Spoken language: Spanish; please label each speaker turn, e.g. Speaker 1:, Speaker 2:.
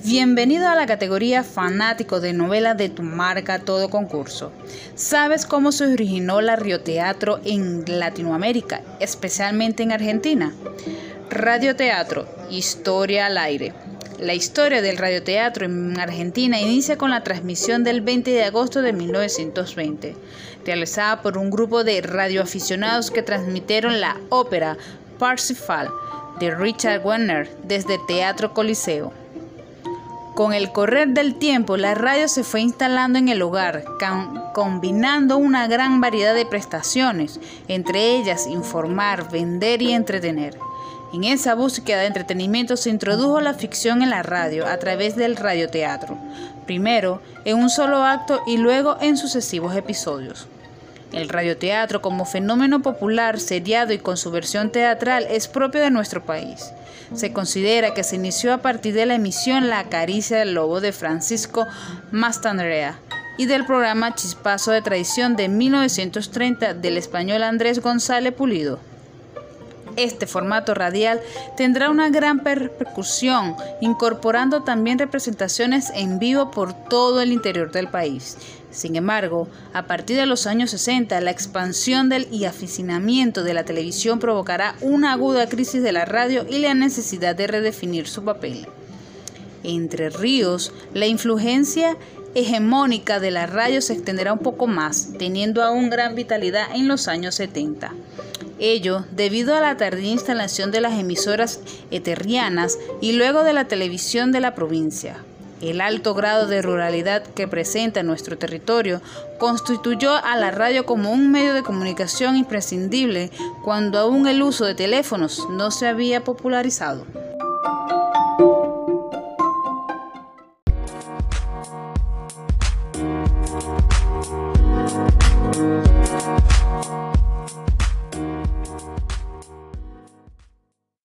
Speaker 1: Bienvenido a la categoría fanático de novela de tu marca Todo Concurso. ¿Sabes cómo se originó la radioteatro en Latinoamérica, especialmente en Argentina? Radioteatro, historia al aire. La historia del radioteatro en Argentina inicia con la transmisión del 20 de agosto de 1920, realizada por un grupo de radioaficionados que transmitieron la ópera Parsifal de Richard Wagner desde el Teatro Coliseo. Con el correr del tiempo, la radio se fue instalando en el hogar, combinando una gran variedad de prestaciones, entre ellas informar, vender y entretener. En esa búsqueda de entretenimiento se introdujo la ficción en la radio a través del radioteatro, primero en un solo acto y luego en sucesivos episodios. El radioteatro como fenómeno popular, seriado y con su versión teatral es propio de nuestro país. Se considera que se inició a partir de la emisión La Caricia del Lobo de Francisco Mastandrea y del programa Chispazo de Tradición de 1930 del español Andrés González Pulido. Este formato radial tendrá una gran repercusión, incorporando también representaciones en vivo por todo el interior del país. Sin embargo, a partir de los años 60, la expansión y aficionamiento de la televisión provocará una aguda crisis de la radio y la necesidad de redefinir su papel. Entre Ríos, la influencia hegemónica de la radio se extenderá un poco más, teniendo aún gran vitalidad en los años 70. Ello debido a la tardía instalación de las emisoras eterrianas y luego de la televisión de la provincia. El alto grado de ruralidad que presenta nuestro territorio constituyó a la radio como un medio de comunicación imprescindible cuando aún el uso de teléfonos no se había popularizado.